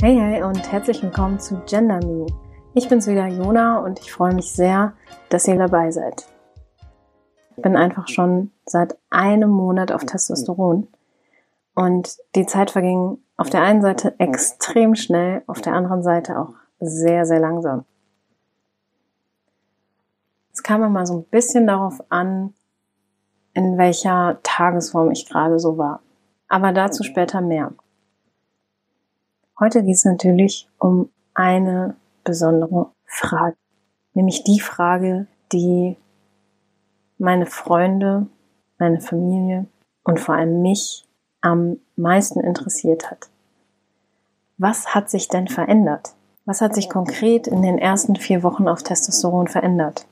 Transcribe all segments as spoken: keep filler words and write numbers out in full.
Hey, hey und herzlich willkommen zu Gender Me. Ich bin's wieder, Jona, und ich freue mich sehr, dass ihr dabei seid. Ich bin einfach schon seit einem Monat auf Testosteron und die Zeit verging auf der einen Seite extrem schnell, auf der anderen Seite auch sehr, sehr langsam. Es kam immer so ein bisschen darauf an, in welcher Tagesform ich gerade so war. Aber dazu später mehr. Heute geht es natürlich um eine besondere Frage, nämlich die Frage, die meine Freunde, meine Familie und vor allem mich am meisten interessiert hat. Was hat sich denn verändert? Was hat sich konkret in den ersten vier Wochen auf Testosteron verändert?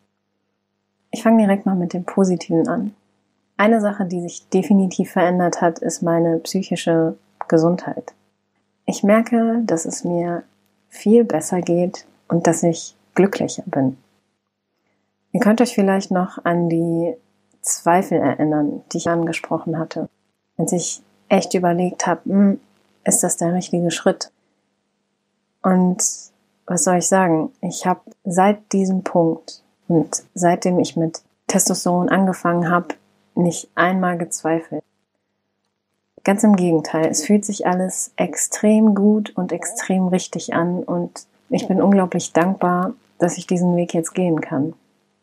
Ich fange direkt mal mit dem Positiven an. Eine Sache, die sich definitiv verändert hat, ist meine psychische Gesundheit. Ich merke, dass es mir viel besser geht und dass ich glücklicher bin. Ihr könnt euch vielleicht noch an die Zweifel erinnern, die ich angesprochen hatte. Als ich echt überlegt habe, hm, ist das der richtige Schritt? Und was soll ich sagen? Ich habe seit diesem Punkt und seitdem ich mit Testosteron angefangen habe, nicht einmal gezweifelt. Ganz im Gegenteil, es fühlt sich alles extrem gut und extrem richtig an und ich bin unglaublich dankbar, dass ich diesen Weg jetzt gehen kann.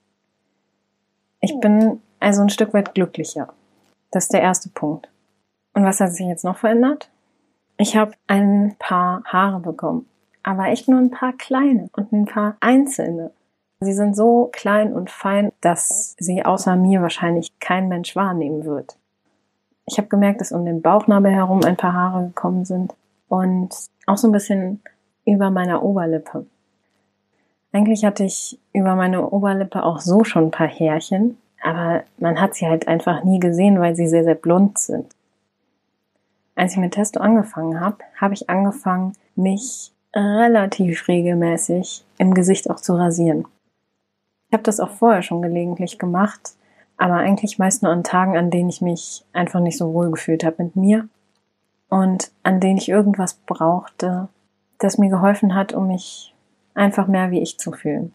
Ich bin also ein Stück weit glücklicher. Das ist der erste Punkt. Und was hat sich jetzt noch verändert? Ich habe ein paar Haare bekommen, aber echt nur ein paar kleine und ein paar einzelne. Sie sind so klein und fein, dass sie außer mir wahrscheinlich kein Mensch wahrnehmen wird. Ich habe gemerkt, dass um den Bauchnabel herum ein paar Haare gekommen sind und auch so ein bisschen über meiner Oberlippe. Eigentlich hatte ich über meine Oberlippe auch so schon ein paar Härchen, aber man hat sie halt einfach nie gesehen, weil sie sehr, sehr blond sind. Als ich mit Testo angefangen habe, habe ich angefangen, mich relativ regelmäßig im Gesicht auch zu rasieren. Ich habe das auch vorher schon gelegentlich gemacht, aber eigentlich meist nur an Tagen, an denen ich mich einfach nicht so wohl gefühlt habe mit mir und an denen ich irgendwas brauchte, das mir geholfen hat, um mich einfach mehr wie ich zu fühlen.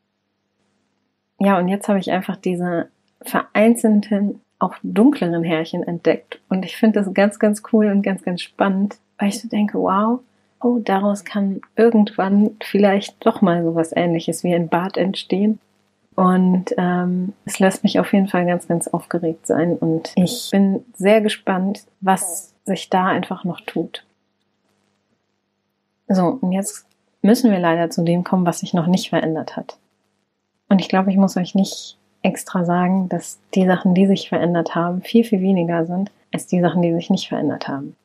Ja, und jetzt habe ich einfach diese vereinzelten, auch dunkleren Härchen entdeckt und ich finde das ganz, ganz cool und ganz, ganz spannend, weil ich so denke, wow, oh, daraus kann irgendwann vielleicht doch mal sowas Ähnliches wie ein Bart entstehen. Und ähm, es lässt mich auf jeden Fall ganz, ganz aufgeregt sein und ich bin sehr gespannt, was sich da einfach noch tut. So, und jetzt müssen wir leider zu dem kommen, was sich noch nicht verändert hat. Und ich glaube, ich muss euch nicht extra sagen, dass die Sachen, die sich verändert haben, viel, viel weniger sind, als die Sachen, die sich nicht verändert haben.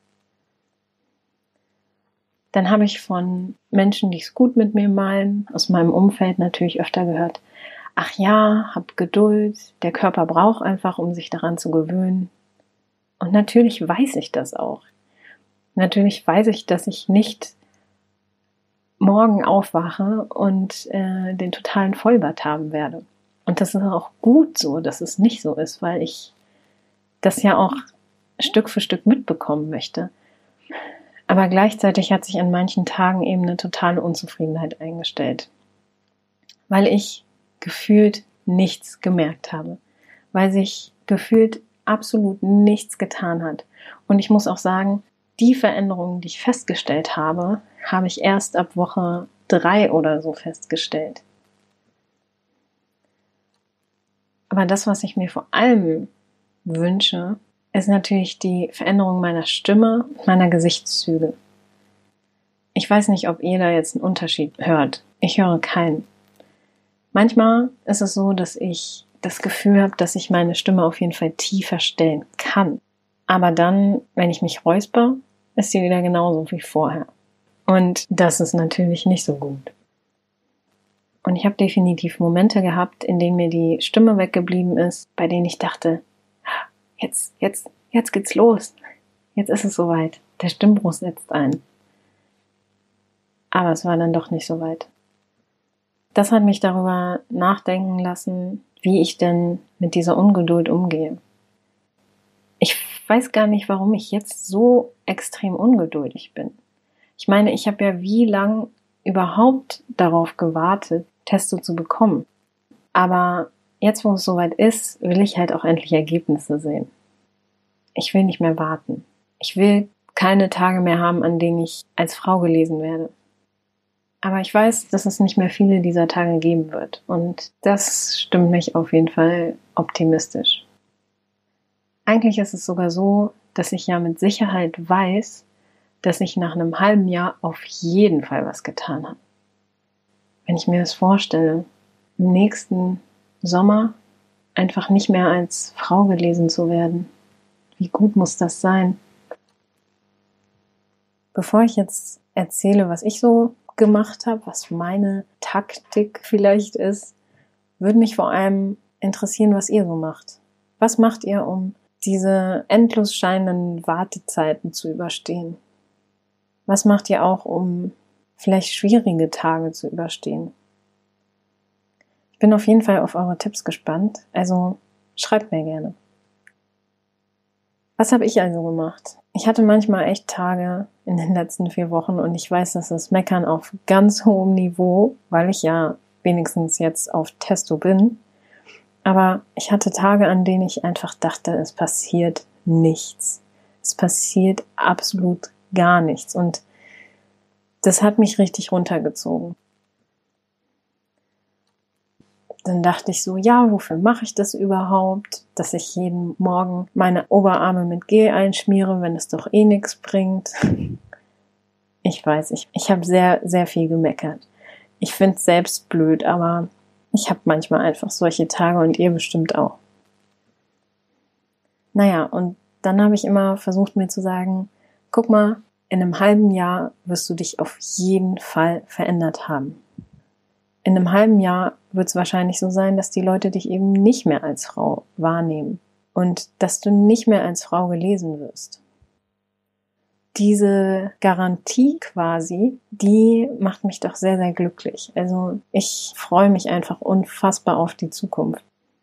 Dann habe ich von Menschen, die es gut mit mir meinen, aus meinem Umfeld natürlich öfter gehört, ach ja, hab Geduld, der Körper braucht einfach, um sich daran zu gewöhnen. Und natürlich weiß ich das auch. Natürlich weiß ich, dass ich nicht morgen aufwache und äh, den totalen Vollbart haben werde. Und das ist auch gut so, dass es nicht so ist, weil ich das ja auch Stück für Stück mitbekommen möchte. Aber gleichzeitig hat sich an manchen Tagen eben eine totale Unzufriedenheit eingestellt. Weil ich gefühlt nichts gemerkt habe, weil sich gefühlt absolut nichts getan hat. Und ich muss auch sagen, die Veränderungen, die ich festgestellt habe, habe ich erst ab Woche drei oder so festgestellt. Aber das, was ich mir vor allem wünsche, ist natürlich die Veränderung meiner Stimme, meiner Gesichtszüge. Ich weiß nicht, ob ihr da jetzt einen Unterschied hört. Ich höre keinen. Manchmal ist es so, dass ich das Gefühl habe, dass ich meine Stimme auf jeden Fall tiefer stellen kann. Aber dann, wenn ich mich räusper, ist sie wieder genauso wie vorher. Und das ist natürlich nicht so gut. Und ich habe definitiv Momente gehabt, in denen mir die Stimme weggeblieben ist, bei denen ich dachte, jetzt, jetzt, jetzt geht's los. Jetzt ist es soweit. Der Stimmbruch setzt ein. Aber es war dann doch nicht so weit. Das hat mich darüber nachdenken lassen, wie ich denn mit dieser Ungeduld umgehe. Ich weiß gar nicht, warum ich jetzt so extrem ungeduldig bin. Ich meine, ich habe ja wie lang überhaupt darauf gewartet, Testo zu bekommen. Aber jetzt, wo es soweit ist, will ich halt auch endlich Ergebnisse sehen. Ich will nicht mehr warten. Ich will keine Tage mehr haben, an denen ich als Frau gelesen werde. Aber ich weiß, dass es nicht mehr viele dieser Tage geben wird. Und das stimmt mich auf jeden Fall optimistisch. Eigentlich ist es sogar so, dass ich ja mit Sicherheit weiß, dass ich nach einem halben Jahr auf jeden Fall was getan habe. Wenn ich mir das vorstelle, im nächsten Sommer einfach nicht mehr als Frau gelesen zu werden, wie gut muss das sein? Bevor ich jetzt erzähle, was ich so gemacht habe, was meine Taktik vielleicht ist, würde mich vor allem interessieren, was ihr so macht. Was macht ihr, um diese endlos scheinenden Wartezeiten zu überstehen? Was macht ihr auch, um vielleicht schwierige Tage zu überstehen? Ich bin auf jeden Fall auf eure Tipps gespannt, also schreibt mir gerne. Was habe ich also gemacht? Ich hatte manchmal echt Tage in den letzten vier Wochen und ich weiß, dass das Meckern auf ganz hohem Niveau, weil ich ja wenigstens jetzt auf Testo bin. Aber ich hatte Tage, an denen ich einfach dachte, es passiert nichts. Es passiert absolut gar nichts und das hat mich richtig runtergezogen. Dann dachte ich so, ja, wofür mache ich das überhaupt? Dass ich jeden Morgen meine Oberarme mit Gel einschmiere, wenn es doch eh nichts bringt. Ich weiß, ich, ich habe sehr, sehr viel gemeckert. Ich finde es selbst blöd, aber ich habe manchmal einfach solche Tage und ihr bestimmt auch. Naja, und dann habe ich immer versucht mir zu sagen, guck mal, in einem halben Jahr wirst du dich auf jeden Fall verändert haben. In einem halben Jahr wird es wahrscheinlich so sein, dass die Leute dich eben nicht mehr als Frau wahrnehmen und dass du nicht mehr als Frau gelesen wirst. Diese Garantie quasi, die macht mich doch sehr, sehr glücklich. Also ich freue mich einfach unfassbar auf die Zukunft.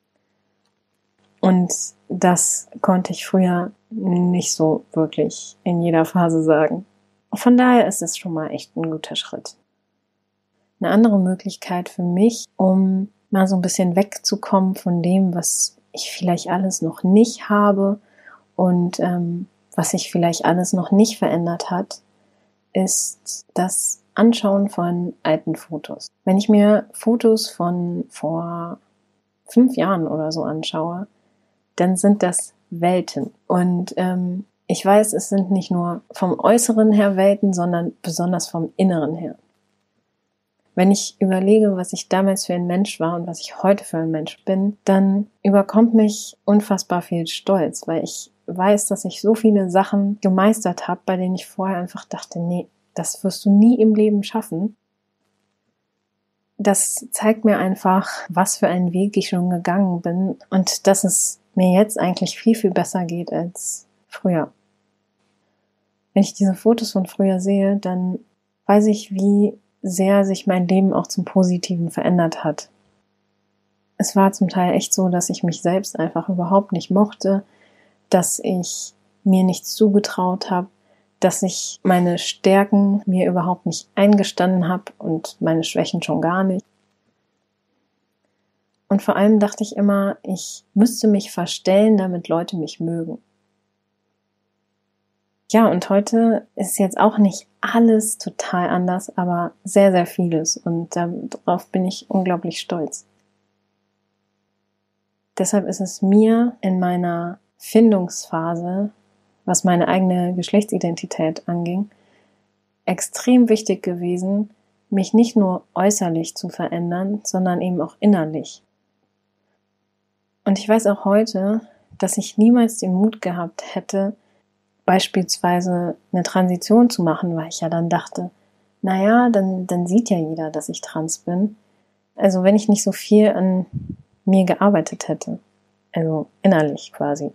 Und das konnte ich früher nicht so wirklich in jeder Phase sagen. Von daher ist es schon mal echt ein guter Schritt. Eine andere Möglichkeit für mich, um mal so ein bisschen wegzukommen von dem, was ich vielleicht alles noch nicht habe und ähm, was sich vielleicht alles noch nicht verändert hat, ist das Anschauen von alten Fotos. Wenn ich mir Fotos von vor fünf Jahren oder so anschaue, dann sind das Welten. Und ähm, ich weiß, es sind nicht nur vom Äußeren her Welten, sondern besonders vom Inneren her. Wenn ich überlege, was ich damals für ein Mensch war und was ich heute für ein Mensch bin, dann überkommt mich unfassbar viel Stolz, weil ich weiß, dass ich so viele Sachen gemeistert habe, bei denen ich vorher einfach dachte, nee, das wirst du nie im Leben schaffen. Das zeigt mir einfach, was für einen Weg ich schon gegangen bin und dass es mir jetzt eigentlich viel, viel besser geht als früher. Wenn ich diese Fotos von früher sehe, dann weiß ich, wie sehr sich mein Leben auch zum Positiven verändert hat. Es war zum Teil echt so, dass ich mich selbst einfach überhaupt nicht mochte, dass ich mir nichts zugetraut habe, dass ich meine Stärken mir überhaupt nicht eingestanden habe und meine Schwächen schon gar nicht. Und vor allem dachte ich immer, ich müsste mich verstellen, damit Leute mich mögen. Ja, und heute ist jetzt auch nicht alles total anders, aber sehr, sehr vieles. Und darauf bin ich unglaublich stolz. Deshalb ist es mir in meiner Findungsphase, was meine eigene Geschlechtsidentität anging, extrem wichtig gewesen, mich nicht nur äußerlich zu verändern, sondern eben auch innerlich. Und ich weiß auch heute, dass ich niemals den Mut gehabt hätte, beispielsweise eine Transition zu machen, weil ich ja dann dachte, naja, dann, dann sieht ja jeder, dass ich trans bin. Also wenn ich nicht so viel an mir gearbeitet hätte, also innerlich quasi.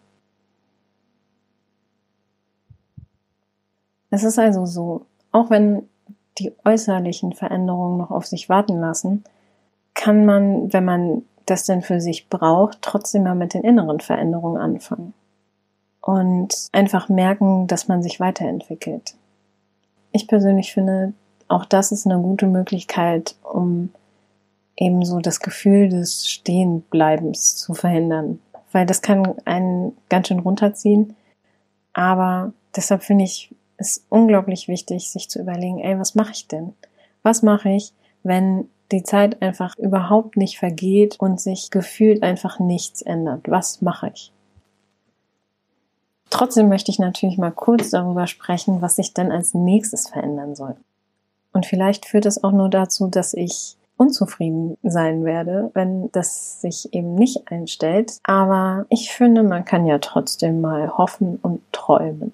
Es ist also so, auch wenn die äußerlichen Veränderungen noch auf sich warten lassen, kann man, wenn man das denn für sich braucht, trotzdem mal mit den inneren Veränderungen anfangen. Und einfach merken, dass man sich weiterentwickelt. ich persönlich finde, auch das ist eine gute Möglichkeit, um eben so das Gefühl des Stehenbleibens zu verhindern. Weil das kann einen ganz schön runterziehen. Aber deshalb finde ich es unglaublich wichtig, sich zu überlegen, ey, was mache ich denn? Was mache ich, wenn die Zeit einfach überhaupt nicht vergeht und sich gefühlt einfach nichts ändert? Was mache ich? Trotzdem möchte ich natürlich mal kurz darüber sprechen, was sich denn als nächstes verändern soll. Und vielleicht führt es auch nur dazu, dass ich unzufrieden sein werde, wenn das sich eben nicht einstellt. Aber ich finde, man kann ja trotzdem mal hoffen und träumen.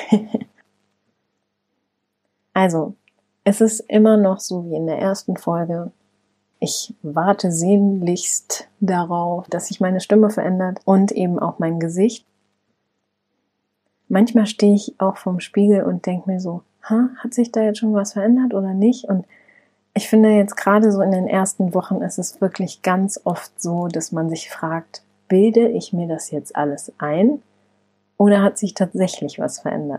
Also, es ist immer noch so wie in der ersten Folge. Ich warte sehnlichst darauf, dass sich meine Stimme verändert und eben auch mein Gesicht. Manchmal stehe ich auch vorm Spiegel und denke mir so, ha, hat sich da jetzt schon was verändert oder nicht? Und ich finde jetzt gerade so in den ersten Wochen ist es wirklich ganz oft so, dass man sich fragt, bilde ich mir das jetzt alles ein oder hat sich tatsächlich was verändert?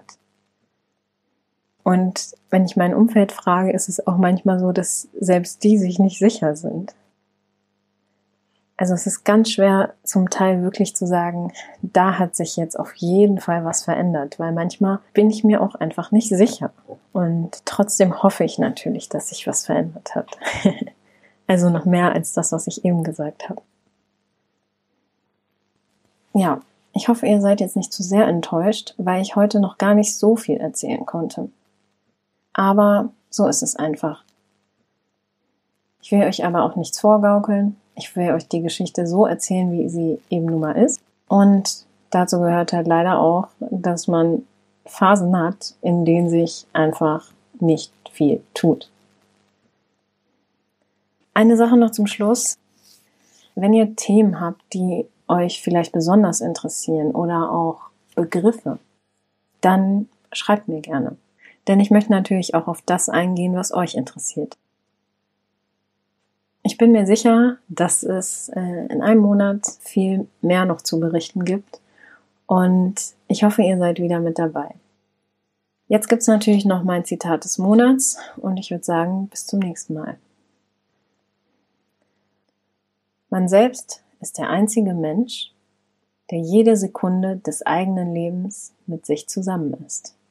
Und wenn ich mein Umfeld frage, ist es auch manchmal so, dass selbst die sich nicht sicher sind. Also es ist ganz schwer zum Teil wirklich zu sagen, da hat sich jetzt auf jeden Fall was verändert, weil manchmal bin ich mir auch einfach nicht sicher. Und trotzdem hoffe ich natürlich, dass sich was verändert hat. Also noch mehr als das, was ich eben gesagt habe. Ja, ich hoffe, ihr seid jetzt nicht zu sehr enttäuscht, weil ich heute noch gar nicht so viel erzählen konnte. Aber so ist es einfach. Ich will euch aber auch nichts vorgaukeln. Ich will euch die Geschichte so erzählen, wie sie eben nun mal ist. Und dazu gehört halt leider auch, dass man Phasen hat, in denen sich einfach nicht viel tut. Eine Sache noch zum Schluss. Wenn ihr Themen habt, die euch vielleicht besonders interessieren oder auch Begriffe, dann schreibt mir gerne. Denn ich möchte natürlich auch auf das eingehen, was euch interessiert. Ich bin mir sicher, dass es äh, in einem Monat viel mehr noch zu berichten gibt und ich hoffe, ihr seid wieder mit dabei. Jetzt gibt es natürlich noch mein Zitat des Monats und ich würde sagen, bis zum nächsten Mal. Man selbst ist der einzige Mensch, der jede Sekunde des eigenen Lebens mit sich zusammen ist.